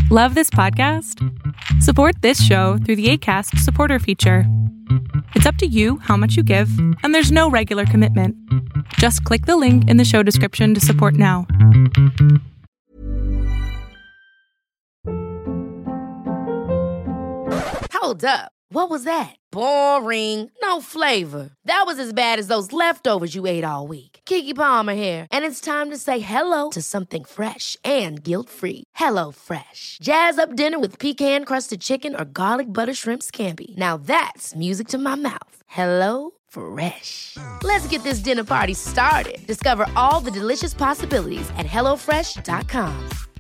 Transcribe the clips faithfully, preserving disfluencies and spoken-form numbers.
Love this podcast? Support this show through the Acast supporter feature. It's up to you how much you give, and there's no regular commitment. Just click the link in the show description to support now. Hold up. What was that? Boring. No flavor. That was as bad as those leftovers you ate all week. Keke Palmer here, and it's time to say hello to something fresh and guilt-free. Hello Fresh. Jazz up dinner with pecan-crusted chicken or garlic butter shrimp scampi. Now that's music to my mouth. Hello Fresh. Let's get this dinner party started. Discover all the delicious possibilities at hello fresh dot com.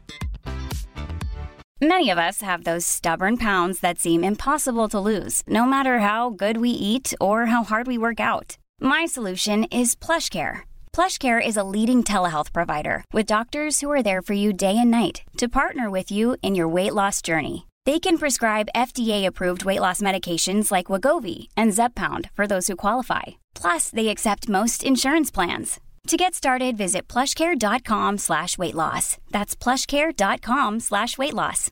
Many of us have those stubborn pounds that seem impossible to lose, no matter how good we eat or how hard we work out. My solution is PlushCare. PlushCare is a leading telehealth provider with doctors who are there for you day and night to partner with you in your weight loss journey. They can prescribe F D A-approved weight loss medications like Wegovy and Zepbound for those who qualify. Plus, they accept most insurance plans. To get started, visit plushcare.com slash weight loss. That's plushcare.com slash weight loss.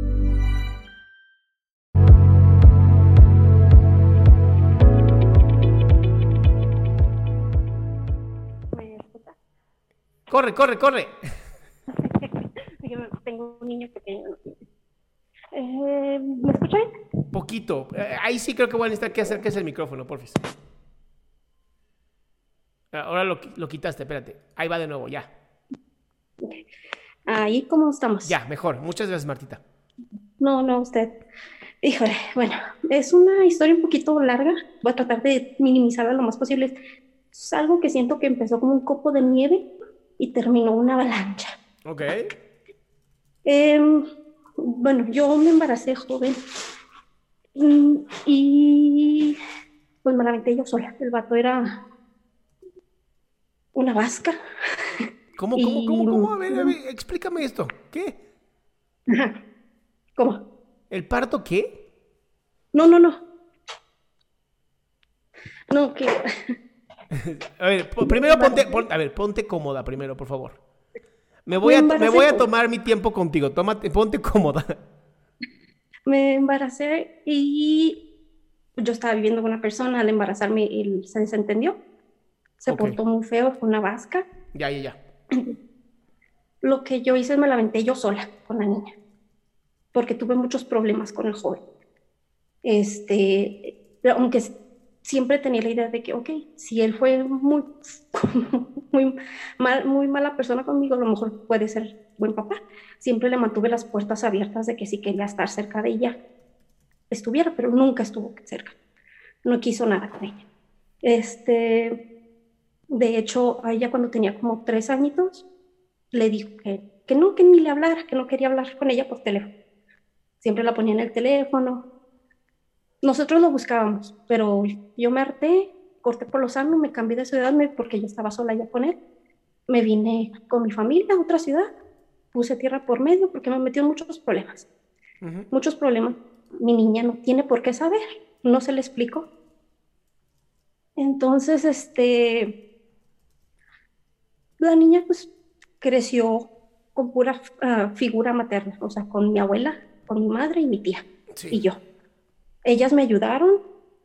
Corre, corre, corre. Tengo un niño pequeño. Eh, ¿Me escuchan? Poquito. Eh, ahí sí creo que voy a necesitar que acerques el micrófono, porfis. Ahora lo, lo quitaste, espérate. Ahí va de nuevo, ya. Ahí, ¿cómo estamos? Ya, mejor. Muchas gracias, Martita. No, no, usted. Híjole, bueno, es una historia un poquito larga. Voy a tratar de minimizarla lo más posible. Es algo que siento que empezó como un copo de nieve y terminó una avalancha. Ok. Eh, bueno, yo me embaracé joven y pues me la aventé yo sola. El vato era una vasca. ¿Cómo, y... cómo, cómo, cómo? A ver, a ver, explícame esto. ¿Qué? Ajá. ¿Cómo? ¿El parto qué? No, no, no. No, que... A ver, primero ponte, ponte, a ver, ponte cómoda primero, por favor. Me voy, a, me voy a tomar mi tiempo contigo. Tómate, ponte cómoda. Me embaracé y yo estaba viviendo con una persona. Al embarazarme, él se desentendió. Se okay. portó muy feo, fue una vasca. Ya, ya, ya. Lo que yo hice es me la aventé yo sola con la niña. Porque tuve muchos problemas con el joven. Este, aunque siempre tenía la idea de que, ok, si él fue muy, muy, mal, muy mala persona conmigo, a lo mejor puede ser buen papá. Siempre le mantuve las puertas abiertas de que si quería estar cerca de ella, estuviera, pero nunca estuvo cerca. No quiso nada con ella. Este, de hecho, a ella cuando tenía como tres añitos, le dijo que, que no, que ni le hablara, que no quería hablar con ella por teléfono. Siempre la ponía en el teléfono. Nosotros lo buscábamos, pero yo me harté, corté por los años, me cambié de ciudad porque yo estaba sola ya con él. Me vine con mi familia a otra ciudad, puse tierra por medio porque me metió en muchos problemas. Uh-huh. Muchos problemas. Mi niña no tiene por qué saber, no se le explicó. Entonces, este, la niña pues creció con pura uh, figura materna, o sea, con mi abuela, con mi madre y mi tía, sí. Y yo. Ellas me ayudaron,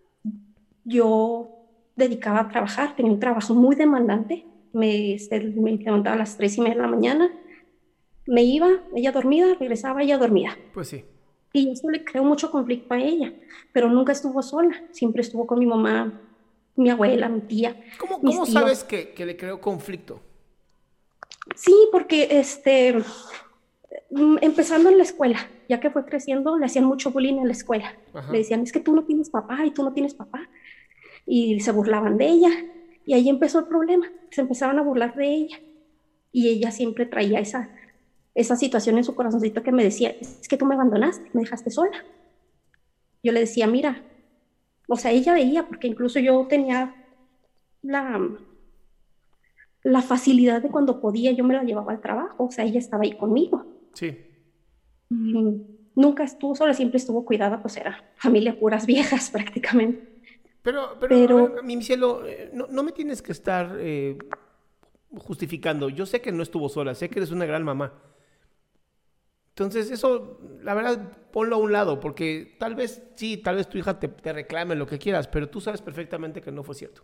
yo dedicaba a trabajar, tenía un trabajo muy demandante, me, me levantaba a las tres y media de la mañana, me iba, ella dormida, regresaba, ella dormida. Pues sí. Y eso le creó mucho conflicto a ella, pero nunca estuvo sola, siempre estuvo con mi mamá, mi abuela, mi tía. ¿Cómo, cómo sabes que, que le creó conflicto? Sí, porque este, empezando en la escuela, ya que fue creciendo, le hacían mucho bullying en la escuela. Ajá. Le decían, es que tú no tienes papá y tú no tienes papá. Y se burlaban de ella. Y ahí empezó el problema. Se empezaban a burlar de ella. Y ella siempre traía esa, esa situación en su corazoncito que me decía, es que tú me abandonaste, me dejaste sola. Yo le decía, mira, o sea, ella veía, porque incluso yo tenía la, la facilidad de cuando podía, yo me la llevaba al trabajo. O sea, ella estaba ahí conmigo. Sí. Nunca estuvo sola, siempre estuvo cuidada, pues era familia puras viejas prácticamente. Pero, pero, pero ver, mi cielo, no, no me tienes que estar eh, justificando. Yo sé que no estuvo sola, sé que eres una gran mamá. Entonces, eso, la verdad, ponlo a un lado, porque tal vez, sí, tal vez tu hija te, te reclame lo que quieras, pero tú sabes perfectamente que no fue cierto.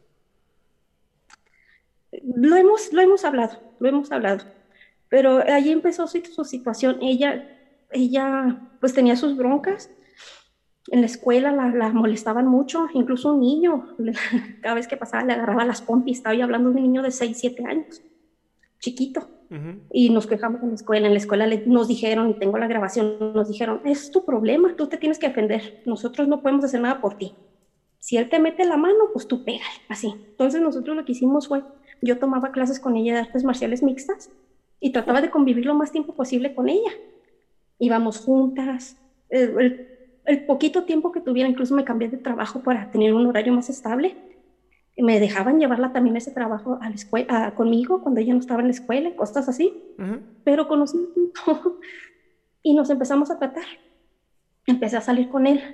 Lo hemos, lo hemos hablado, lo hemos hablado, pero allí empezó su, su situación. Ella, ella, pues tenía sus broncas. En la escuela la, la molestaban mucho, incluso un niño, cada vez que pasaba le agarraba las pompis. Estaba yo hablando de un niño de seis siete años, chiquito. Uh-huh. Y nos quejamos en la escuela. En la escuela le, nos dijeron, y tengo la grabación, nos dijeron, es tu problema, tú te tienes que defender, nosotros no podemos hacer nada por ti. Si él te mete la mano, pues tú pégale, así. Entonces nosotros lo que hicimos fue, yo tomaba clases con ella de artes marciales mixtas y trataba de convivir lo más tiempo posible con ella. Íbamos juntas, el, el, el poquito tiempo que tuviera, incluso me cambié de trabajo para tener un horario más estable. Me dejaban llevarla también ese trabajo a la escuela, a, conmigo cuando ella no estaba en la escuela, cosas así. Uh-huh. Pero conocí todo y nos empezamos a tratar. Empecé a salir con él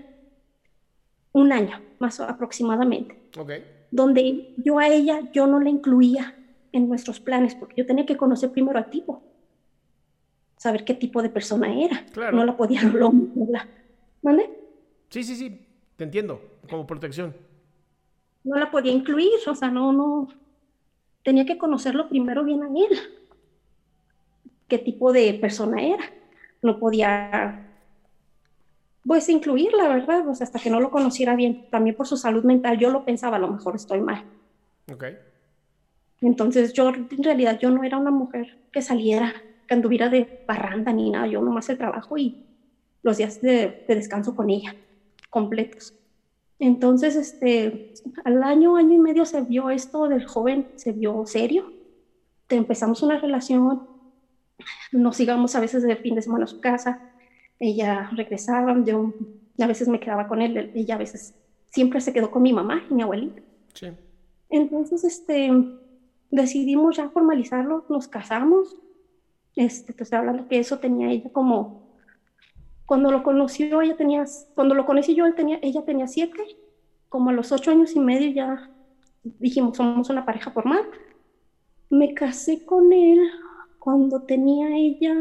un año, más aproximadamente. Okay. Donde yo a ella, yo no la incluía en nuestros planes, porque yo tenía que conocer primero al tipo, saber qué tipo de persona era. Claro. No la podía, no, no la, ¿vale? Sí, sí, sí, te entiendo, como protección. No la podía incluir, o sea, no, no, tenía que conocerlo primero bien a él, qué tipo de persona era. No podía, pues, incluirla, ¿verdad? O sea, hasta que no lo conociera bien, también por su salud mental. Yo lo pensaba, a lo mejor estoy mal. Ok. Entonces, yo, en realidad, yo no era una mujer que saliera, que anduviera de parranda ni nada. Yo nomás el trabajo y los días de, de descanso con ella, completos. Entonces, este, al año, año y medio se vio esto del joven, se vio serio. Te empezamos una relación, nos íbamos a veces de fin de semana a su casa, ella regresaba, yo a veces me quedaba con él, ella a veces siempre se quedó con mi mamá y mi abuelita. Sí. Entonces, este, decidimos ya formalizarlo, nos casamos. Este, te estoy hablando que eso tenía ella como... Cuando lo conoció, ella tenía, cuando lo conocí yo, él tenía, ella tenía siete, como a los ocho años y medio ya dijimos, somos una pareja formal. Me casé con él cuando tenía ella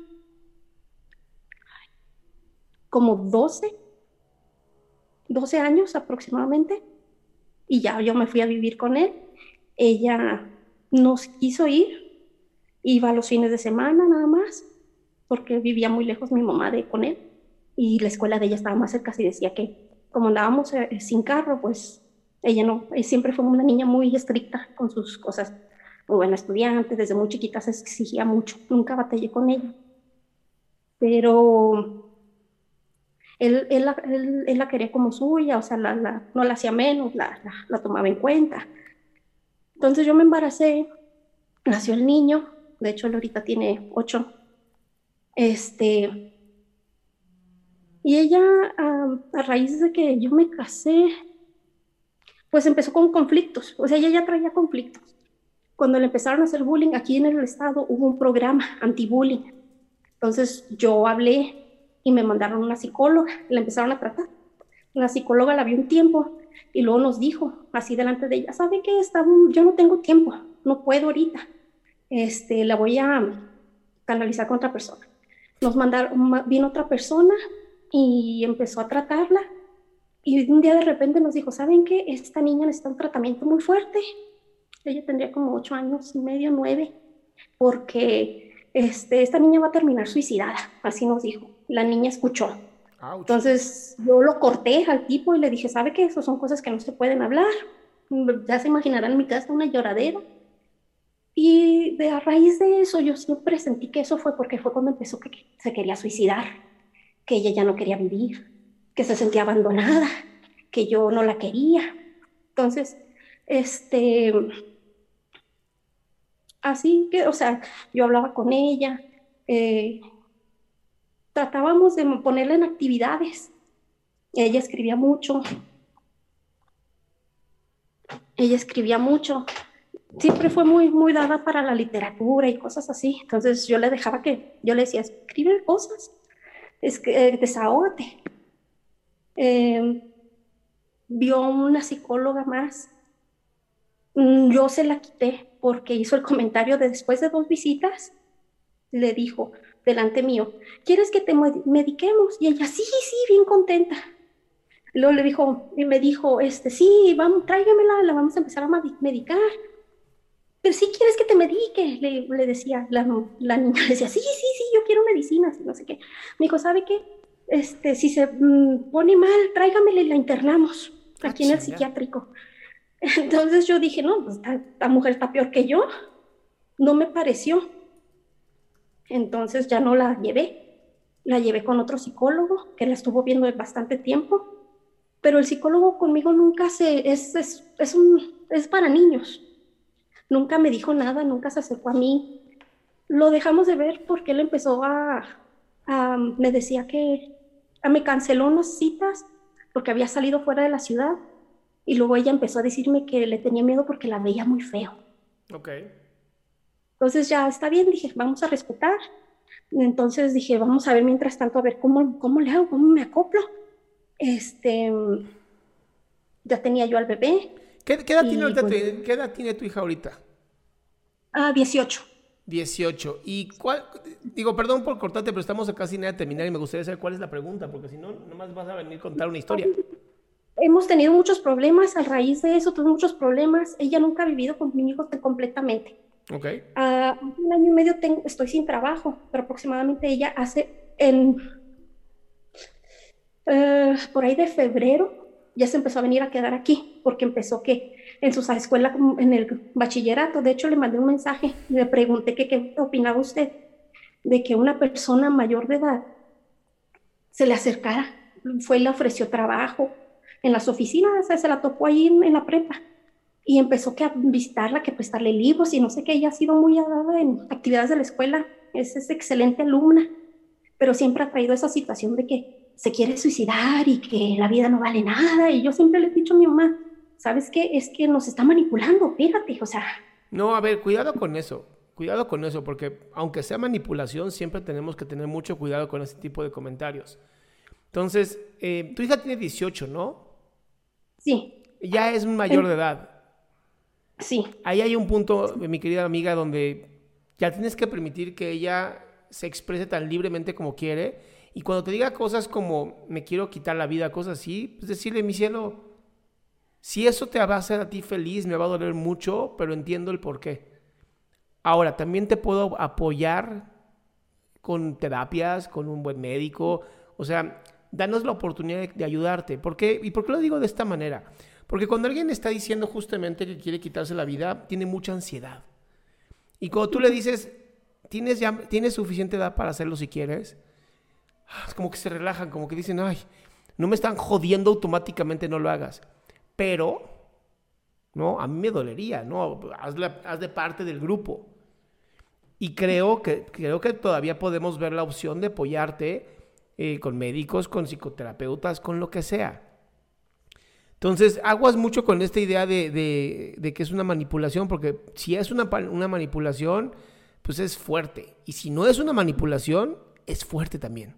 como doce, doce años aproximadamente, y ya yo me fui a vivir con él. Ella nos quiso ir, iba los fines de semana nada más, porque vivía muy lejos mi mamá de con él, y la escuela de ella estaba más cerca, y decía que como andábamos eh, sin carro, pues ella no, ella siempre fue una niña muy estricta con sus cosas, muy buena estudiante, desde muy chiquita se exigía mucho, nunca batallé con ella, pero él, él, la, él, él la quería como suya, o sea, la, la, no la hacía menos, la, la, la tomaba en cuenta. Entonces yo me embaracé, nació el niño, de hecho él ahorita tiene ocho. Este, y ella, a, a raíz de que yo me casé, pues empezó con conflictos, o sea, ella ya traía conflictos. Cuando le empezaron a hacer bullying, aquí en el estado hubo un programa anti-bullying. Entonces yo hablé y me mandaron una psicóloga, la empezaron a tratar. La psicóloga la vio un tiempo y luego nos dijo, así delante de ella, ¿sabe qué? Está, yo no tengo tiempo, no puedo ahorita, este, la voy a canalizar con otra persona. Nos mandaron, vino otra persona y empezó a tratarla, y un día de repente nos dijo, ¿saben qué? Esta niña necesita un tratamiento muy fuerte. Ella tendría como ocho años y medio, nueve, porque este, esta niña va a terminar suicidada, así nos dijo. La niña escuchó. Ouch. Entonces yo lo corté al tipo y le dije, ¿sabe qué? Eso son cosas que no se pueden hablar. Ya se imaginarán en mi casa una lloradera. Y de a raíz de eso yo siempre sentí que eso fue porque fue cuando empezó que se quería suicidar, que ella ya no quería vivir, que se sentía abandonada, que yo no la quería. Entonces, este, así que, o sea, yo hablaba con ella, eh, tratábamos de ponerla en actividades. Ella escribía mucho, ella escribía mucho. Siempre fue muy, muy dada para la literatura y cosas así. Entonces yo le dejaba que, yo le decía, escribe cosas, es que, eh, desahógate. Eh, vio una psicóloga más. Yo se la quité porque hizo el comentario de después de dos visitas, le dijo, delante mío, ¿quieres que te mediquemos? Y ella, sí, sí, bien contenta. Luego le dijo, y me dijo, este, sí, vamos, tráigamela, la vamos a empezar a medicar. Pero sí quieres que te medique, le, le decía, la, la niña le decía, sí, sí, sí, yo quiero medicinas, y no sé qué. Me dijo, ¿sabe qué? Este, si se mmm, pone mal, tráigamela y la internamos aquí ah, en el psiquiátrico. Entonces yo dije, no, pues esta, esta mujer está peor que yo. No me pareció. Entonces ya no la llevé. La llevé con otro psicólogo que la estuvo viendo bastante tiempo. Pero el psicólogo conmigo nunca se... Es, es, es, un, es para niños. Nunca me dijo nada, nunca se acercó a mí. Lo dejamos de ver porque él empezó a... a me decía que... A, me canceló unas citas porque había salido fuera de la ciudad. Y luego ella empezó a decirme que le tenía miedo porque la veía muy feo. Ok. Entonces ya está bien, dije, vamos a respetar. Entonces dije, vamos a ver mientras tanto, a ver cómo, cómo le hago, cómo me acoplo. Este, ya tenía yo al bebé. ¿Qué, qué, edad, tiene ahorita pues, tu, ¿Qué edad tiene tu hija ahorita? Ah, dieciocho. dieciocho. ¿Y cuál? Digo, perdón por cortarte, pero estamos casi nada de terminar y me gustaría saber cuál es la pregunta, porque si no, nomás vas a venir a contar una historia. Hemos tenido muchos problemas a raíz de eso, tuve muchos problemas. Ella nunca ha vivido con mi hijo completamente. Ok. Uh, un año y medio tengo, estoy sin trabajo, pero aproximadamente ella hace en uh, por ahí de febrero ya se empezó a venir a quedar aquí, porque empezó que en su escuela, en el bachillerato, de hecho le mandé un mensaje, le pregunté que qué opinaba usted de que una persona mayor de edad se le acercara, fue y le ofreció trabajo en las oficinas, o sea, se la topó ahí en, en la prepa. Y empezó que a visitarla, que prestarle libros y no sé qué. Ella ha sido muy dada en actividades de la escuela. Es, es excelente alumna, pero siempre ha traído esa situación de que se quiere suicidar y que la vida no vale nada. Y yo siempre le he dicho a mi mamá, ¿sabes qué? Es que nos está manipulando, fíjate, o sea. No, a ver, cuidado con eso. Cuidado con eso, porque aunque sea manipulación, siempre tenemos que tener mucho cuidado con ese tipo de comentarios. Entonces, eh, tu hija tiene dieciocho, ¿no? Sí. Ya es mayor de edad. Sí. Ahí hay un punto, mi querida amiga, donde ya tienes que permitir que ella se exprese tan libremente como quiere. Y cuando te diga cosas como me quiero quitar la vida, cosas así, pues decirle, mi cielo, si eso te va a hacer a ti feliz, me va a doler mucho, pero entiendo el porqué. Ahora, también te puedo apoyar con terapias, con un buen médico. O sea, danos la oportunidad de, de ayudarte. ¿Por qué? ¿Y por qué lo digo de esta manera? Porque cuando alguien está diciendo justamente que quiere quitarse la vida, tiene mucha ansiedad. Y cuando tú le dices, ¿tienes, ya, ¿tienes suficiente edad para hacerlo si quieres? Es como que se relajan, como que dicen, ay, no me están jodiendo automáticamente, no lo hagas. Pero, ¿no? A mí me dolería, ¿no? Hazle, haz de parte del grupo. Y creo que, creo que todavía podemos ver la opción de apoyarte eh, con médicos, con psicoterapeutas, con lo que sea. Entonces, aguas mucho con esta idea de, de, de que es una manipulación, porque si es una, una manipulación, pues es fuerte. Y si no es una manipulación, es fuerte también.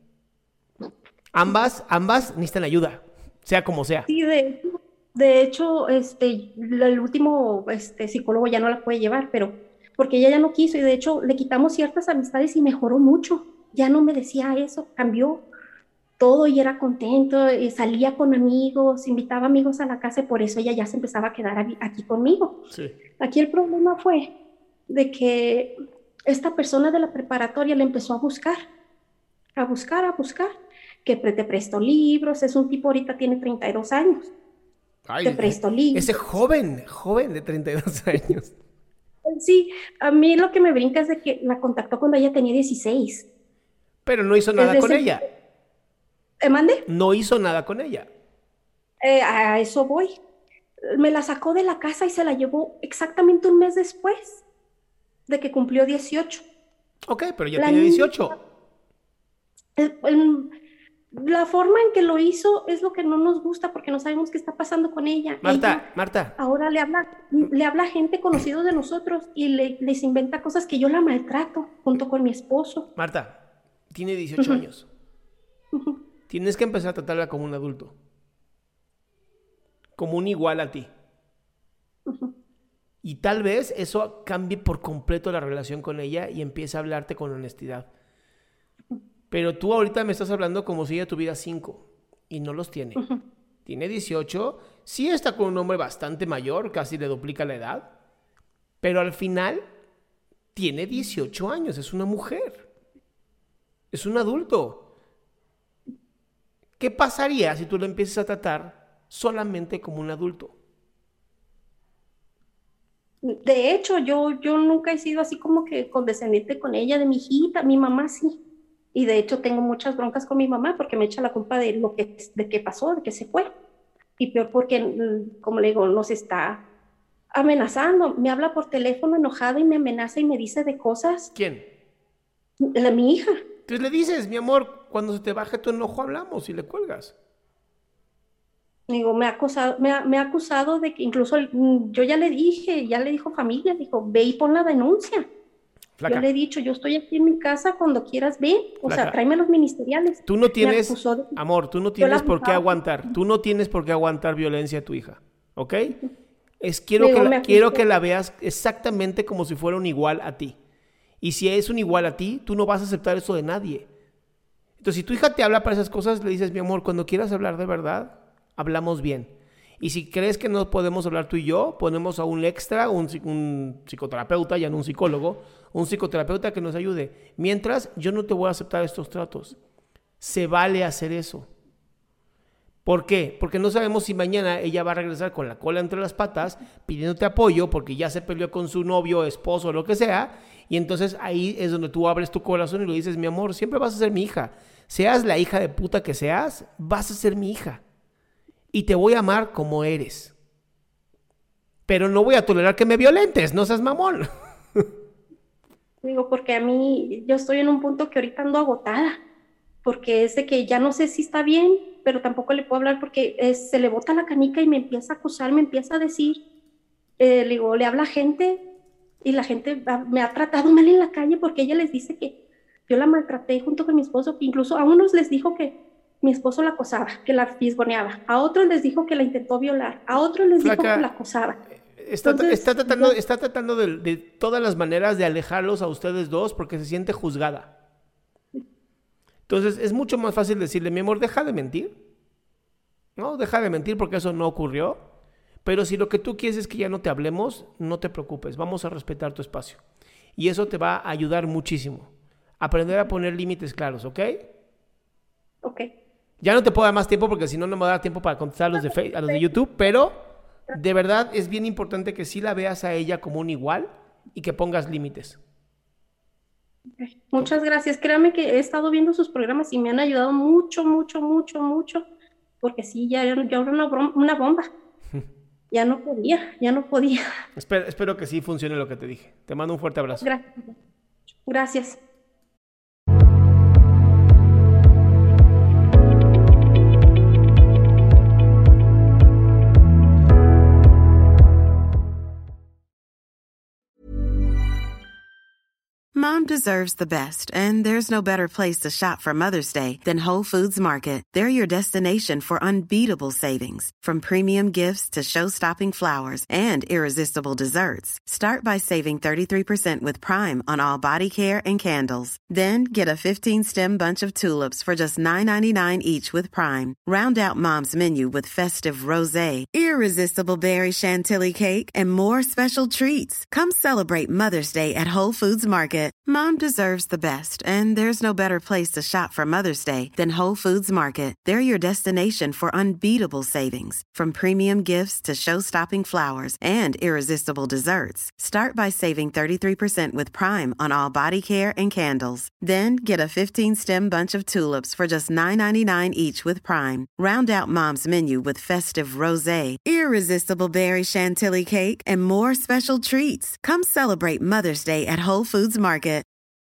Ambas, ambas necesitan ayuda, sea como sea. Sí, de, de hecho, este, el último este, psicólogo ya no la puede llevar, pero porque ella ya no quiso, y de hecho le quitamos ciertas amistades y mejoró mucho. Ya no me decía eso, cambió todo y era contento, y salía con amigos, invitaba amigos a la casa y por eso ella ya se empezaba a quedar aquí conmigo. Sí. Aquí el problema fue de que esta persona de la preparatoria le empezó a buscar, a buscar, a buscar, que te prestó libros, es un tipo ahorita tiene treinta y dos años, Ay, te prestó libros. Ese joven, joven de treinta y dos años. Sí, a mí lo que me brinca es de que la contactó cuando ella tenía dieciséis. Pero no hizo nada con ella. ¿Eh, mande? No hizo nada con ella. Eh, a eso voy. Me la sacó de la casa y se la llevó exactamente un mes después de que cumplió dieciocho. Ok, pero ya la tiene dieciocho. El, el, la forma en que lo hizo es lo que no nos gusta porque no sabemos qué está pasando con ella. Marta, ella Marta. Ahora le habla, le habla a gente conocida de nosotros y le, les inventa cosas que yo la maltrato junto con mi esposo. Marta, tiene dieciocho uh-huh. años. Uh-huh. Tienes que empezar a tratarla como un adulto. Como un igual a ti. Uh-huh. Y tal vez eso cambie por completo la relación con ella y empiece a hablarte con honestidad. Pero tú ahorita me estás hablando como si ella tuviera cinco y no los tiene. Uh-huh. Tiene dieciocho, sí está con un hombre bastante mayor, casi le duplica la edad, pero al final tiene dieciocho años, es una mujer, es un adulto. ¿Qué pasaría si tú lo empiezas a tratar solamente como un adulto? De hecho, yo, yo nunca he sido así como que condescendiente con ella, de mi hijita, mi mamá sí. Y de hecho tengo muchas broncas con mi mamá porque me echa la culpa de lo que, de que pasó, de que se fue. Y peor porque, como le digo, nos está amenazando. Me habla por teléfono enojada y me amenaza y me dice de cosas. ¿Quién? La, mi hija. Entonces le dices, mi amor, cuando se te baje tu enojo hablamos y le cuelgas. Digo, me ha acusado, me ha, me ha acusado de que incluso yo ya le dije, ya le dijo familia, dijo, ve y pon la denuncia. Flaca. Yo le he dicho, yo estoy aquí en mi casa, cuando quieras ven, o Flaca. sea, tráeme los ministeriales. Tú no tienes, de, amor, tú no tienes por qué aguantar, tú no tienes por qué aguantar violencia a tu hija, ¿ok? Es, quiero, Digo, que la, quiero que la veas exactamente como si fuera un igual a ti. Y si es un igual a ti, tú no vas a aceptar eso de nadie. Entonces, si tu hija te habla para esas cosas, le dices, mi amor, cuando quieras hablar de verdad, hablamos bien. Y si crees que no podemos hablar tú y yo, ponemos a un extra, un, un psicoterapeuta, ya no un psicólogo, un psicoterapeuta que nos ayude. Mientras, yo no te voy a aceptar estos tratos. Se vale hacer eso. ¿Por qué? Porque no sabemos si mañana ella va a regresar con la cola entre las patas, pidiéndote apoyo porque ya se peleó con su novio, esposo o lo que sea, y entonces ahí es donde tú abres tu corazón y le dices, mi amor, siempre vas a ser mi hija. Seas la hija de puta que seas, vas a ser mi hija. Y te voy a amar como eres. Pero no voy a tolerar que me violentes, no seas mamón. Digo, porque a mí, yo estoy en un punto que ahorita ando agotada, porque es de que ya no sé si está bien, pero tampoco le puedo hablar porque es, se le bota la canica y me empieza a acusar, me empieza a decir, eh, le digo, le habla gente y la gente me ha tratado mal en la calle porque ella les dice que yo la maltraté junto con mi esposo, incluso a unos les dijo que mi esposo la acosaba, que la fisgoneaba, a otros les dijo que la intentó violar, a otros les Flaca, dijo que la acosaba. Está, Entonces, está tratando, no, está tratando de, de todas las maneras de alejarlos a ustedes dos porque se siente juzgada. Entonces es mucho más fácil decirle, mi amor, deja de mentir. No, deja de mentir porque eso no ocurrió. Pero si lo que tú quieres es que ya no te hablemos, no te preocupes, vamos a respetar tu espacio. Y eso te va a ayudar muchísimo. Aprender a poner límites claros, ¿ok? Ok. Ya no te puedo dar más tiempo porque si no, no me va a dar tiempo para contestar a los de, Facebook, a los de YouTube, pero de verdad es bien importante que sí la veas a ella como un igual y que pongas límites. Okay. Muchas gracias. Créame que he estado viendo sus programas y me han ayudado mucho, mucho, mucho, mucho, porque sí, ya era, ya era una, brom- una bomba. Ya no podía, ya no podía. Espero, espero que sí funcione lo que te dije. Te mando un fuerte abrazo. Gracias. Gracias. Mom deserves the best, and there's no better place to shop for Mother's Day than Whole Foods Market. They're your destination for unbeatable savings, from premium gifts to show-stopping flowers and irresistible desserts. Start by saving thirty-three percent with Prime on all body care and candles. Then get a fifteen-stem bunch of tulips for just nine ninety-nine each with Prime. Round out Mom's menu with festive rosé, irresistible berry chantilly cake, and more special treats. Come celebrate Mother's Day at Whole Foods Market. Mom deserves the best, and there's no better place to shop for Mother's Day than Whole Foods Market. They're your destination for unbeatable savings, from premium gifts to show-stopping flowers and irresistible desserts. Start by saving thirty-three percent with Prime on all body care and candles. Then get a fifteen-stem bunch of tulips for just nine ninety-nine each with Prime. Round out Mom's menu with festive rosé, irresistible berry chantilly cake, and more special treats. Come celebrate Mother's Day at Whole Foods Market.